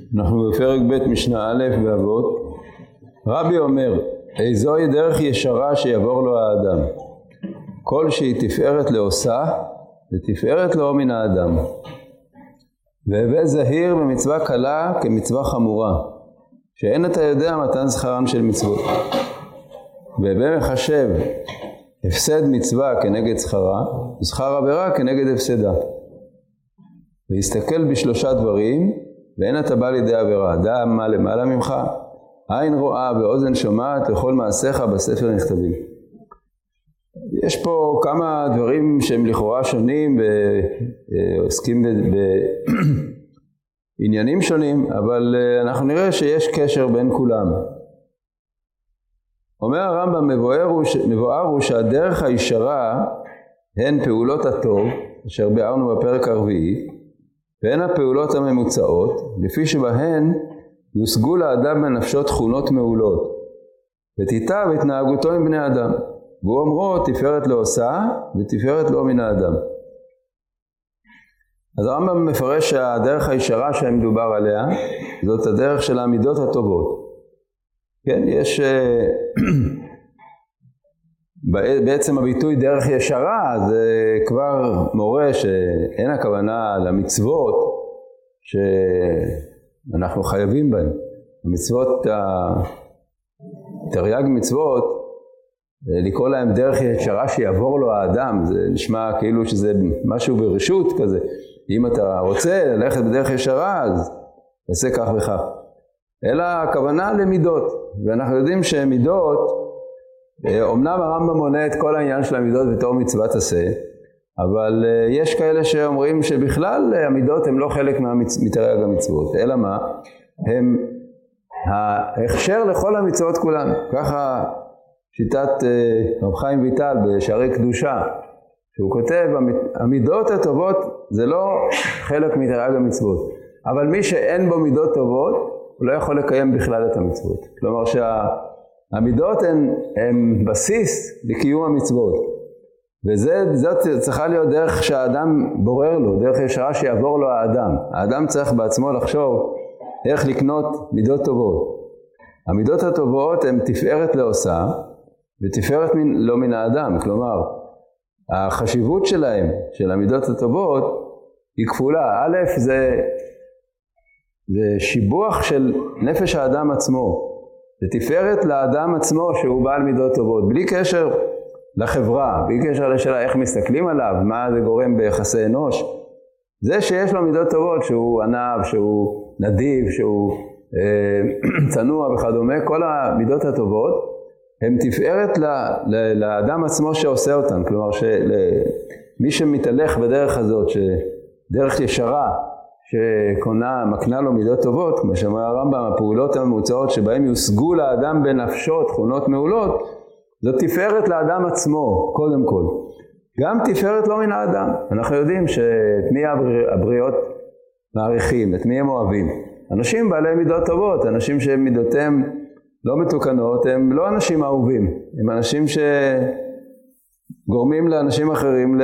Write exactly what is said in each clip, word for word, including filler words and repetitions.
אנחנו בפרק ב' משנה א' באבות. רבי אומר, איזוהי דרך ישרה שיעבור לו האדם, כל שהיא תפארת לעושה ותפארת לו מן האדם. והווה זהיר במצווה קלה כמצווה חמורה, שאין אתה יודע מתן שכרן של מצוות. והווה מחשב הפסד מצווה כנגד שכרה, ושכר עבירה כנגד הפסדה. והסתכל בשלושה דברים, ואין אתה בא לידי עבירה. דע מה למעלה ממך, עין רואה ואוזן שומעת, וכל מעשיך בספר נכתבים. יש פה כמה דברים שהם לכאורה שונים, ועוסקים בעניינים שונים, אבל אנחנו נראה שיש קשר בין כולם. אומר הרמב"ם, מבואר הוא שהדרך הישרה הן פעולות הטוב, אשר ביארנו בפרק הרביעי, והן הפעולות הממוצעות, לפי שבהן יושגו לאדם בנפשו תכונות מעולות, ותיטב התנהגותו עם בני אדם. והוא אומרו, תפארת לעושה ותפארת לו מן האדם. אז הרמב"ם מפרש שהדרך הישרה שמדובר עליה, זאת הדרך של המידות הטובות. כן, יש בעצם הביטוי דרך ישרה, זה כבר מורה שאין הכוונה למצוות שאנחנו חייבים בהן. המצוות, תרי"ג מצוות, לקרוא להם דרך ישרה שיעבור לו האדם, זה נשמע כאילו שזה משהו ברשות כזה. אם אתה רוצה ללכת בדרך ישרה, אז תעשה כך וכך. אלא הכוונה למידות, ואנחנו יודעים שמידות, אמנם הרמב"ם מונה את כל העניין של המידות בתור מצוות עשה, אבל יש כאלה שאומרים שבכלל המידות הן לא חלק מתרי"ג המצוות, אלא מה? הם ההכשר לכל המצוות כולן. ככה שיטת רב חיים ויטל בשערי קדושה, שהוא כותב, המידות הטובות זה לא חלק מתרי"ג המצוות, אבל מי שאין בו מידות טובות, הוא לא יכול לקיים בכלל את המצוות. כלומר שהמידות הן, הן בסיס לקיום המצוות. וזאת צריכה להיות דרך שהאדם בורר לו, דרך ישרה שיעבור לו האדם. האדם צריך בעצמו לחשוב איך לקנות מידות טובות. המידות הטובות הן תפארת לעושה ותפארת לא מן האדם. כלומר, החשיבות שלהם, של המידות הטובות, היא כפולה. א', זה... זה שיבוח של נפש האדם עצמו, זה תפארת לאדם עצמו שהוא בעל מידות טובות, בלי קשר לחברה, בלי קשר לשאלה איך מסתכלים עליו, מה זה גורם ביחסי אנוש. זה שיש לו מידות טובות, שהוא ענב, שהוא נדיב, שהוא אה, צנוע וכדומה, כל המידות הטובות הם תפארת ל, ל, לאדם עצמו שעושה אותן. כלומר שמי שמתהלך בדרך הזאת, שדרך ישרה, שקונה, מקנה לו מידות טובות, כמו שאמר הרמב"ם, הפעולות הממוצעות שבהם יושגו לאדם בנפשו תכונות מעולות, זאת תפארת לאדם עצמו, קודם כל. גם תפארת לא מן האדם. אנחנו יודעים שאת מי הבריות מעריכים, את מי הם אוהבים. אנשים בעלי מידות טובות, אנשים שמידותיהם לא מתוקנות, הם לא אנשים אהובים. הם אנשים שגורמים לאנשים אחרים ל...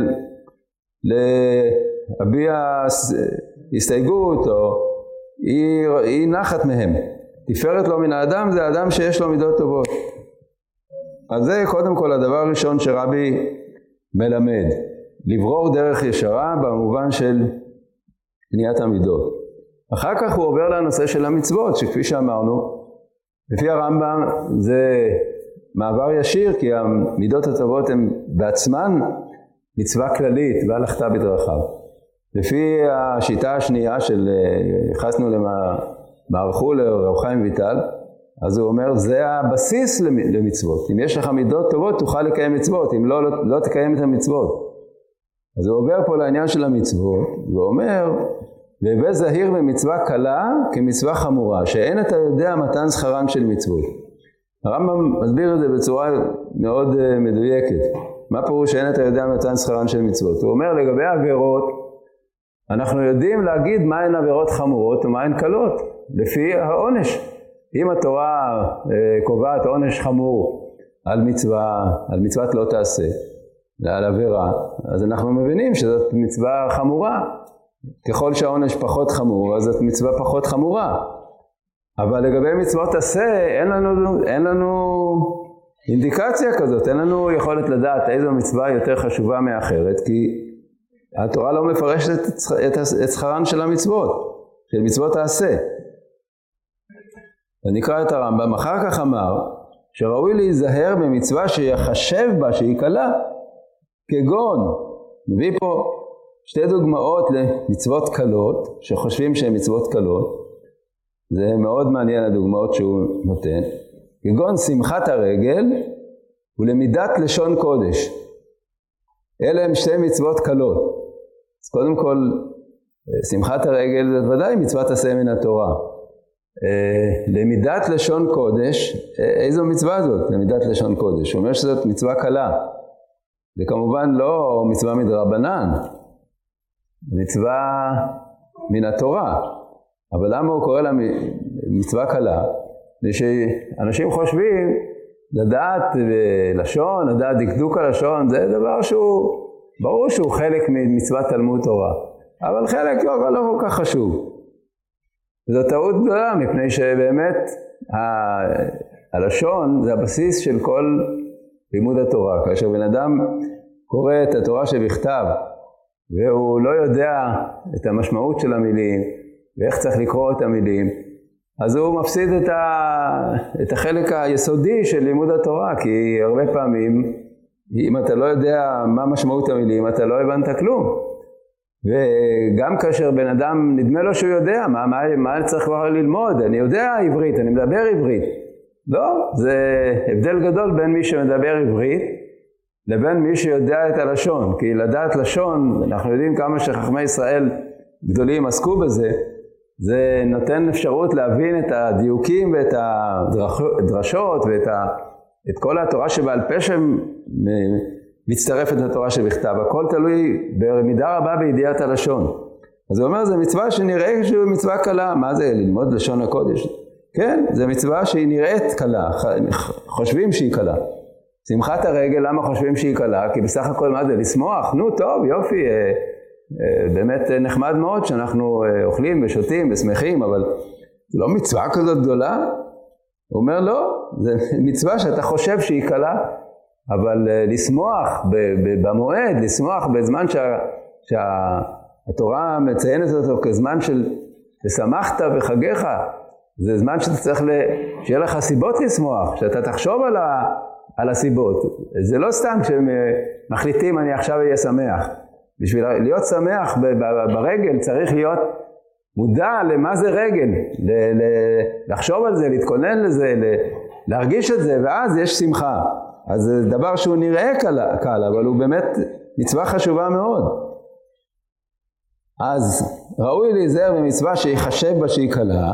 להביע הסתייגות או היא, היא נחת מהם. תפארת לו מן האדם זה האדם שיש לו מידות טובות. אז זה קודם כל הדבר הראשון שרבי מלמד, לברור דרך ישרה במובן של בניית המידות. אחר כך הוא עובר לנושא של המצוות, שכפי שאמרנו, לפי הרמב"ם זה מעבר ישיר, כי המידות הטובות הן בעצמן מצווה כללית והלכת בדרכיו. לפי השיטה השנייה של יחסנו למערכו לרב חיים ויטל, אז הוא אומר זה הבסיס למצוות. אם יש לך מידות טובות תוכל לקיים מצוות, אם לא, לא, לא תקיים את המצוות. אז הוא עובר פה לעניין של המצוות, ואומר, והווה זהיר במצווה קלה כמצווה חמורה, שאין אתה יודע מתן שכרן של מצוות. הרמב"ם מסביר את זה בצורה מאוד מדויקת. מה פירוש שאין אתה יודע מתן שכרן של מצוות? הוא אומר לגבי עבירות, אנחנו יודעים להגיד מהן עבירות חמורות ומהן קלות, לפי העונש. אם התורה אה, קובעת עונש חמור על מצווה, על מצוות לא תעשה, על עבירה, אז אנחנו מבינים שזאת מצווה חמורה. ככל שהעונש פחות חמור, אז זאת מצווה פחות חמורה. אבל לגבי מצוות עשה, אין לנו, אין לנו אינדיקציה כזאת, אין לנו יכולת לדעת איזו מצווה יותר חשובה מאחרת, כי התורה לא מפרשת את, את, את שכרן של המצוות, של מצוות העשה. ונקרא את הרמב"ם, אחר כך אמר, שראוי להיזהר במצווה שיחשב בה, שהיא קלה, כגון, מביא פה שתי דוגמאות למצוות קלות, שחושבים שהן מצוות קלות, זה מאוד מעניין הדוגמאות שהוא נותן, כגון שמחת הרגל ולמידת לשון קודש. אלה הם שתי מצוות קלות. אז קודם כל, שמחת הרגל זה ודאי מצוות עשה מן התורה. למידת לשון קודש, איזו מצווה זאת? למידת לשון קודש. הוא אומר שזאת מצווה קלה. זה כמובן לא מצווה מדרבנן, מצווה מן התורה. אבל למה הוא קורא לה מצווה קלה? זה שאנשים חושבים לדעת לשון, לדעת דקדוק הלשון, זה דבר שהוא, ברור שהוא חלק ממצוות תלמוד תורה. אבל חלק לא, לא כל כך חשוב. זו טעות גדולה, מפני שבאמת ה- הלשון זה הבסיס של כל לימוד התורה. כאשר בן אדם קורא את התורה שבכתב, והוא לא יודע את המשמעות של המילים, ואיך צריך לקרוא את המילים, אז הוא מפסיד את, ה... את החלק היסודי של לימוד התורה, כי הרבה פעמים, אם אתה לא יודע מה משמעות המילים, אתה לא הבנת כלום. וגם כאשר בן אדם נדמה לו שהוא יודע, מה, מה, מה צריך כבר ללמוד? אני יודע עברית, אני מדבר עברית. לא, זה הבדל גדול בין מי שמדבר עברית, לבין מי שיודע את הלשון. כי לדעת לשון, אנחנו יודעים כמה שחכמי ישראל גדולים עסקו בזה, זה נותן אפשרות להבין את הדיוקים ואת הדרשות ואת ה, את כל התורה שבעל פה שמצטרפת לתורה שבכתב. הכל תלוי במידה רבה בידיעת הלשון. אז הוא אומר, זה מצווה שנראה שהיא מצווה קלה. מה זה? ללמוד לשון הקודש? כן, זה מצווה שהיא נראית קלה. חושבים שהיא קלה. שמחת הרגל, למה חושבים שהיא קלה? כי בסך הכל מה זה? לשמוח? נו, טוב, יופי. באמת נחמד מאוד שאנחנו אוכלים ושותים ושמחים, אבל זה לא מצווה כזאת גדולה. הוא אומר לא, זה מצווה שאתה חושב שהיא קלה, אבל לשמוח במועד, לשמוח בזמן שה, שהתורה מציינת אותו כזמן של שמחת וחגיך, זה זמן שאתה צריך ל... שיהיה לך סיבות לשמוח, שאתה תחשוב על, ה... על הסיבות. זה לא סתם כשהם מחליטים אני עכשיו אהיה שמח. בשביל להיות שמח ברגל צריך להיות מודע למה זה רגל, ל- ל- לחשוב על זה, להתכונן לזה, ל- להרגיש את זה, ואז יש שמחה. אז זה דבר שהוא נראה קל, קל, אבל הוא באמת מצווה חשובה מאוד. אז ראוי להיזהר במצווה שיחשב בה שהיא קלה,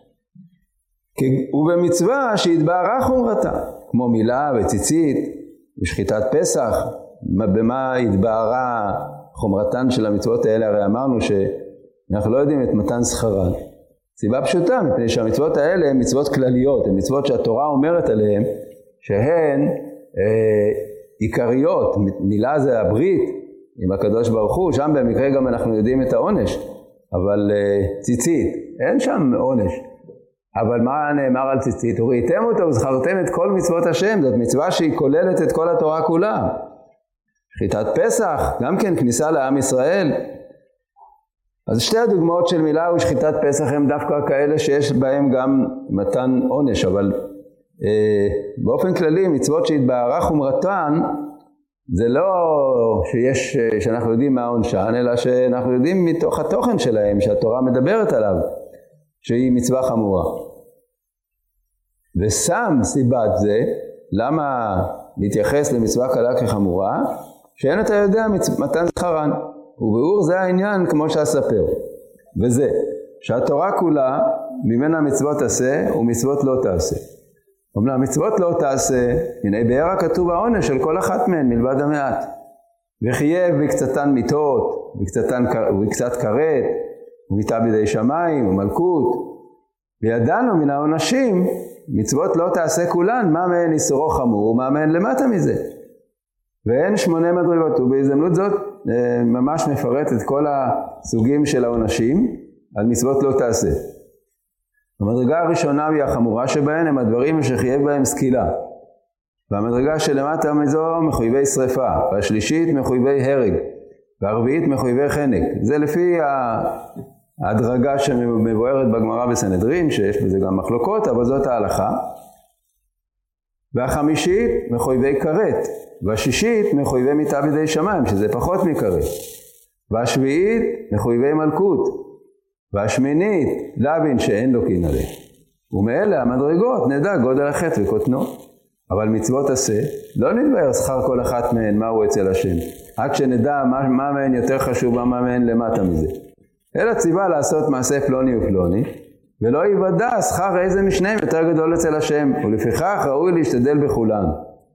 ובמצווה שהתבהרה חומרתה, כמו מילה וציצית ושחיטת פסח. במה התבהרה חומרתן של המצוות האלה? הרי אמרנו שאנחנו לא יודעים את מתן שכרן. סיבה פשוטה, מפני שהמצוות האלה הן מצוות כלליות, הן מצוות שהתורה אומרת עליהן שהן אה, עיקריות. מילה זה הברית עם הקדוש ברוך הוא, שם במקרה גם אנחנו יודעים את העונש, אבל אה, ציצית, אין שם עונש. אבל מה נאמר על ציצית? וראיתם אותו וזכרתם את כל מצוות השם, זאת מצווה שהיא כוללת את כל התורה כולה. שחיטת פסח, גם כן כניסה לעם ישראל. אז שתי הדוגמאות של מילה ושחיטת פסח הם דווקא כאלה שיש בהם גם מתן עונש, אבל אה, באופן כללי מצוות שהתבהרה חומרתן, זה לא שיש, שאנחנו יודעים מה עונשן, אלא שאנחנו יודעים מתוך התוכן שלהם, שהתורה מדברת עליו, שהיא מצווה חמורה. ושם סיבת זה, למה להתייחס למצווה קלה כחמורה, שאין אתה יודע מתן שכרן. וביאור זה העניין כמו שאספר. וזה, שהתורה כולה ממנה מצוות עשה ומצוות לא תעשה. אומנם מצוות לא תעשה, הנה באר הכתוב העונש של כל אחת מהן מלבד המעט. וחייב בקצתן מיתות, בקצתן, בקצת כרת, ומיתה בידי שמיים ומלכות. וידענו מן העונשים, מצוות לא תעשה כולן, מה מהן איסורו חמור ומה מהן למטה מזה. ואין שמונה מדרגות, ובהזדמנות זאת ממש מפרט את כל הסוגים של העונשים על מצוות לא תעשה. המדרגה הראשונה והיא החמורה שבהן הם הדברים שחייב בהם סקילה. והמדרגה שלמטה מזו מחויבי שריפה, והשלישית מחויבי הרג, והרביעית מחויבי חנק. זה לפי ההדרגה שמבוארת בגמרא בסנהדרין, שיש בזה גם מחלוקות, אבל זאת ההלכה. והחמישית מחויבי כרת, והשישית מחויבי מיטה בידי שמיים, שזה פחות מכרת. והשביעית מחויבי מלכות, והשמינית לבין שאין לו קין עליה. ומאלה המדרגות נדע גודל החטא וקוטנו. אבל מצוות עשה, לא נתבאר שכר כל אחת מהן מהו אצל השם, עד שנדע מה, מה מהן יותר חשוב, מה מהן למטה מזה. אלא ציווה לעשות מעשה פלוני ופלוני, ולא יוודע שכר איזה משניהם יותר גדול אצל השם, ולפיכך ראוי להשתדל בכולן.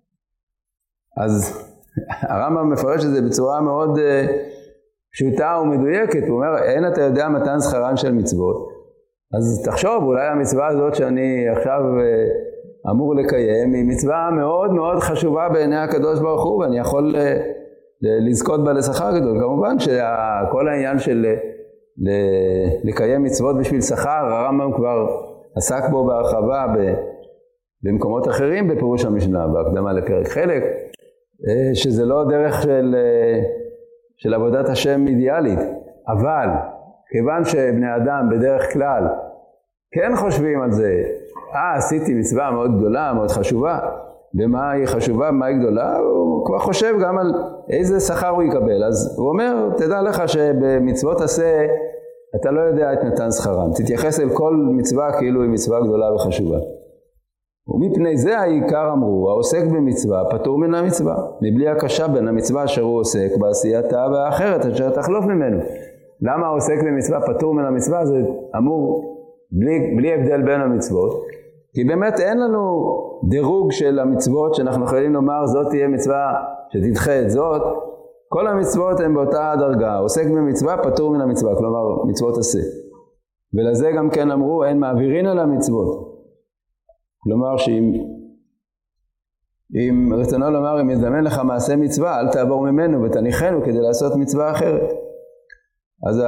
אז הרמב"ם מפרש את זה בצורה מאוד uh, פשוטה ומדויקת, הוא אומר, אין אתה יודע מתן שכרן של מצוות, אז תחשוב, אולי המצווה הזאת שאני עכשיו uh, אמור לקיים, היא מצווה מאוד מאוד חשובה בעיני הקדוש ברוך הוא, ואני יכול uh, לזכות בה לשכר גדול. כמובן שכל העניין של לקיים מצוות בשביל שכר, הרמב"ם כבר עסק בו בהרחבה במקומות אחרים בפירוש המשנה, בהקדמה לפרק חלק, שזה לא דרך של, של עבודת השם אידיאלית, אבל כיוון שבני אדם בדרך כלל כן חושבים על זה, אה, עשיתי מצווה מאוד גדולה, מאוד חשובה, ומה היא חשובה, מה היא גדולה, הוא כבר חושב גם על איזה שכר הוא יקבל. אז הוא אומר, תדע לך שבמצוות עשה, אתה לא יודע את נתן שכרן. תתייחס אל כל מצווה כאילו היא מצווה גדולה וחשובה. ומפני זה העיקר אמרו, העוסק במצווה פטור מן המצווה, מבלי הקשה בין המצווה אשר הוא עוסק בעשייתה והאחרת אשר תחלוף ממנו. למה העוסק במצווה פטור מן המצווה? זה אמור בלי, בלי הבדל בין המצוות. כי באמת אין לנו דירוג של המצוות שאנחנו יכולים לומר זאת תהיה מצווה שתדחה את זאת. כל המצוות הן באותה דרגה, עוסק במצווה פטור מן המצווה, כלומר מצוות עשה. ולזה גם כן אמרו אין מעבירין על המצוות. כלומר שאם אם רצונו לומר אם יזדמן לך מעשה מצווה אל תעבור ממנו ותניחנו כדי לעשות מצווה אחרת. אז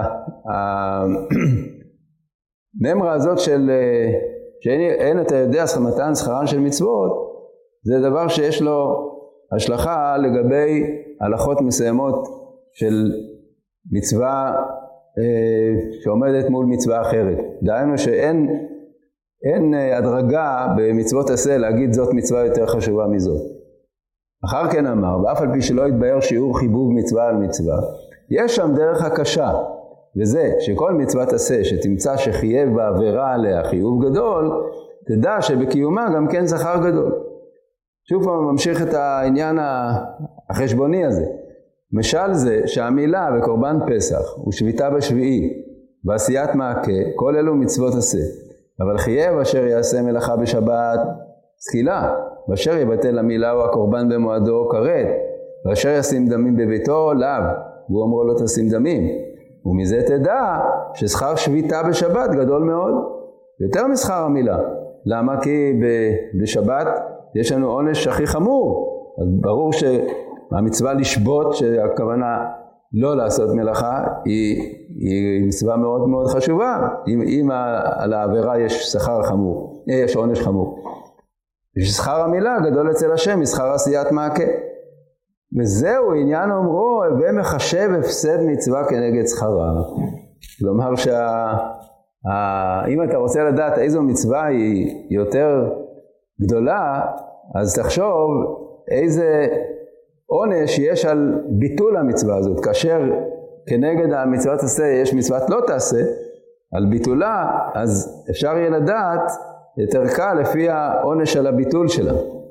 הממרה הזאת של שאין אתה יודע מתן שכרן של מצוות, זה דבר שיש לו השלכה לגבי הלכות מסוימות של מצווה אה, שעומדת מול מצווה אחרת. דהיינו שאין אין הדרגה במצוות עשה להגיד זאת מצווה יותר חשובה מזאת. אחר כן אמר, ואף על פי שלא יתבאר שיעור חיבוב מצווה על מצווה, יש שם דרך הקשה, וזה שכל מצוות עשה שתמצא שחייב בעבירה עליה חיוב גדול, תדע שבקיומה גם כן שכר גדול. שוב פעם ממשיך את העניין החשבוני הזה. משל זה שהמילה וקורבן פסח ושביתה בשביעי ועשיית מעקה, כל אלו מצוות עשה. אבל חייב אשר יעשה מלאכה בשבת סקילה, ואשר יבטל המילה או הקורבן במועדו כרת, ואשר ישים דמים בביתו לאו, והוא אמרו לו תשים דמים. ומזה תדע ששכר שביתה בשבת גדול מאוד, יותר משכר המילה. למה? כי בשבת יש לנו עונש הכי חמור. אז ברור שהמצווה לשבות, שהכוונה לא לעשות מלאכה, היא, היא מצווה מאוד מאוד חשובה. אם, אם על העבירה יש שכר חמור, יש עונש חמור. שכר המילה גדול אצל השם משכר עשיית מעקה. וזהו עניין אומרו, ומחשב הפסד מצווה כנגד שכרה. כלומר שה... אם אתה רוצה לדעת איזו מצווה היא יותר גדולה, אז תחשוב איזה עונש יש על ביטול המצווה הזאת. כאשר כנגד המצוות עשה יש מצוות לא תעשה, על ביטולה, אז אפשר יהיה לדעת יותר קל לפי העונש על הביטול שלה.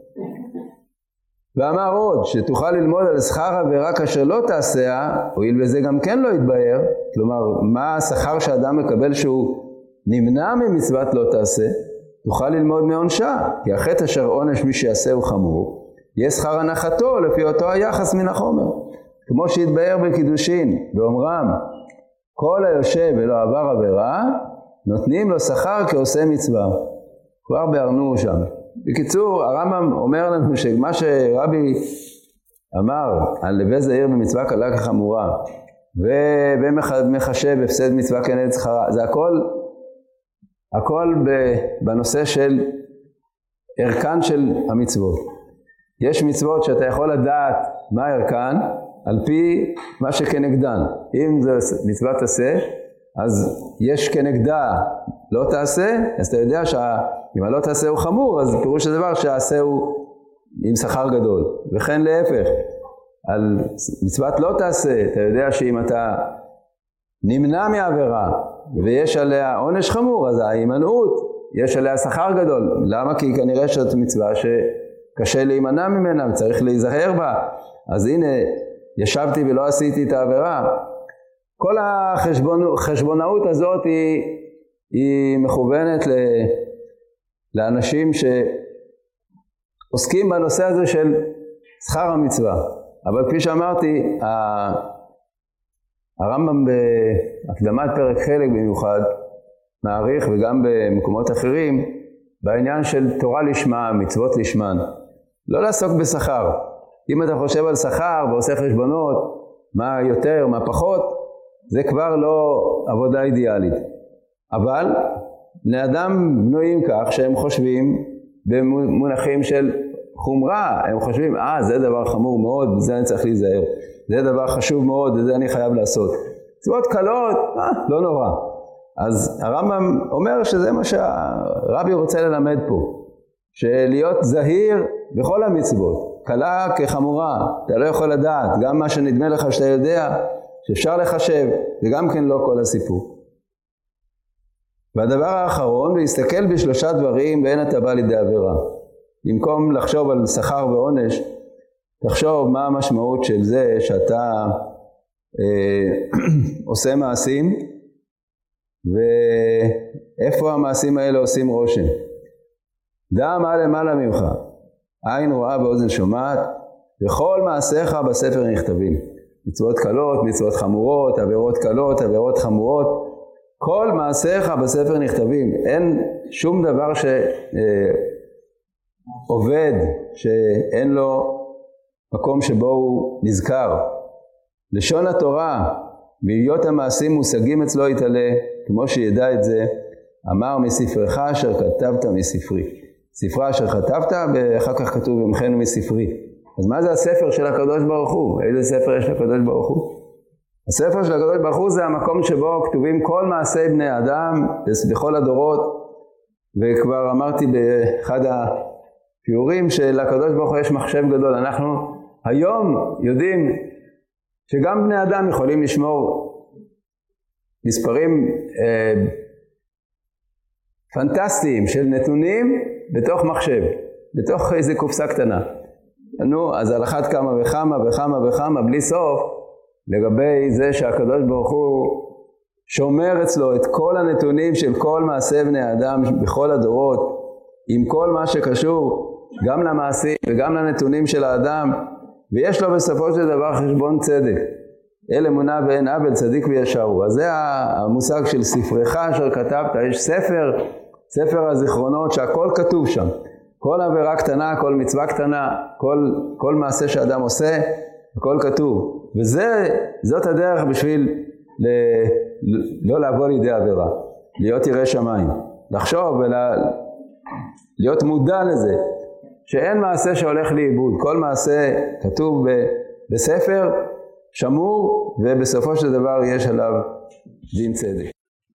ואמר עוד, שתוכל ללמוד על שכר עבירה כאשר לא תעשה, הואיל בזה גם כן לא יתבהר, כלומר, מה השכר שאדם מקבל שהוא נמנע ממצוות לא תעשה, תוכל ללמוד מעונשה, כי החטא אשר עונש מי שיעשה הוא חמור, יהיה שכר הנחתו לפי אותו היחס מן החומר. כמו שהתבהר בקידושין, באומרם, כל היושב ולא עבר עבירה, נותנים לו שכר כעושה מצווה. כבר בארנו שם. בקיצור, הרמב"ם אומר לנו שמה שרבי אמר, על לווה זהיר במצווה קלה כחמורה, ומחשב הפסד מצווה כנגד שכרה, זה הכל, הכל בנושא של ערכן של המצוות. יש מצוות שאתה יכול לדעת מה ערכן, על פי מה שכנגדן. אם זה מצוות תעשה, אז יש כנגדה לא תעשה, אז אתה יודע שאם הלא תעשה הוא חמור, אז פירוש הדבר שהעשה הוא עם שכר גדול. וכן להפך, על מצוות לא תעשה, אתה יודע שאם אתה נמנע מעבירה, ויש עליה עונש חמור, אז ההימנעות, יש עליה שכר גדול. למה? כי כנראה שזאת מצווה שקשה להימנע ממנה, וצריך להיזהר בה. אז הנה, ישבתי ולא עשיתי את העבירה. כל החשבונאות הזאת היא, היא מכוונת ל, לאנשים שעוסקים בנושא הזה של שכר המצווה. אבל כפי שאמרתי, הרמב"ם בהקדמת פרק חלק במיוחד, מעריך וגם במקומות אחרים, בעניין של תורה לשמה, מצוות לשמן. לא לעסוק בשכר. אם אתה חושב על שכר ועושה חשבונות, מה יותר, מה פחות, זה כבר לא עבודה אידיאלית. אבל בני אדם בנויים כך שהם חושבים במונחים של חומרה, הם חושבים, אה, זה דבר חמור מאוד, זה אני צריך להיזהר. זה דבר חשוב מאוד, וזה אני חייב לעשות. מצוות קלות, אה, לא נורא. אז הרמב"ם אומר שזה מה שהרבי רוצה ללמד פה. שלהיות זהיר בכל המצוות. קלה כחמורה, אתה לא יכול לדעת, גם מה שנדמה לך שאתה יודע, שאפשר לחשב, זה גם כן לא כל הסיפור. והדבר האחרון, להסתכל בשלושה דברים ואין אתה בא לידי עבירה. במקום לחשוב על שכר ועונש, תחשוב מה המשמעות של זה שאתה אה, עושה מעשים, ואיפה המעשים האלה עושים רושם. דע מה למעלה ממך, עין רואה באוזן שומעת, וכל מעשיך בספר נכתבים. מצוות קלות, מצוות חמורות, עבירות קלות, עבירות חמורות, כל מעשיך בספר נכתבים. אין שום דבר שעובד, שאין לו מקום שבו הוא נזכר. לשון התורה, בהיות המעשים מושגים אצלו יתעלה, כמו שידע את זה, אמר מספרך אשר כתבת מספרי. ספרה אשר כתבת, ואחר כך כתוב ומכנו מספרי. אז מה זה הספר של הקדוש ברוך הוא? איזה ספר יש לקדוש ברוך הוא? הספר של הקדוש ברוך הוא זה המקום שבו כתובים כל מעשי בני האדם, בכל הדורות, וכבר אמרתי באחד הפיורים שלקדוש ברוך הוא יש מחשב גדול. אנחנו היום יודעים שגם בני אדם יכולים לשמור מספרים אה, פנטסטיים של נתונים בתוך מחשב, בתוך איזה קופסה קטנה. נו, אז על אחת כמה וכמה וכמה וכמה, בלי סוף, לגבי זה שהקדוש ברוך הוא שומר אצלו את כל הנתונים של כל מעשה בני האדם בכל הדורות, עם כל מה שקשור גם למעשים וגם לנתונים של האדם, ויש לו בסופו של דבר חשבון צדק. אל אמונה ואין עוול, צדיק וישר הוא. אז זה המושג של ספרך אשר כתבת. יש ספר, ספר הזיכרונות שהכל כתוב שם. כל עבירה קטנה, כל מצווה קטנה, כל, כל מעשה שאדם עושה, הכל כתוב. וזה, זאת הדרך בשביל ל, לא לעבור לידי עבירה. להיות ירא שמיים. לחשוב ולהיות מודע לזה. שאין מעשה שהולך לאיבוד. כל מעשה כתוב ב, בספר, שמור, ובסופו של דבר יש עליו דין צדק.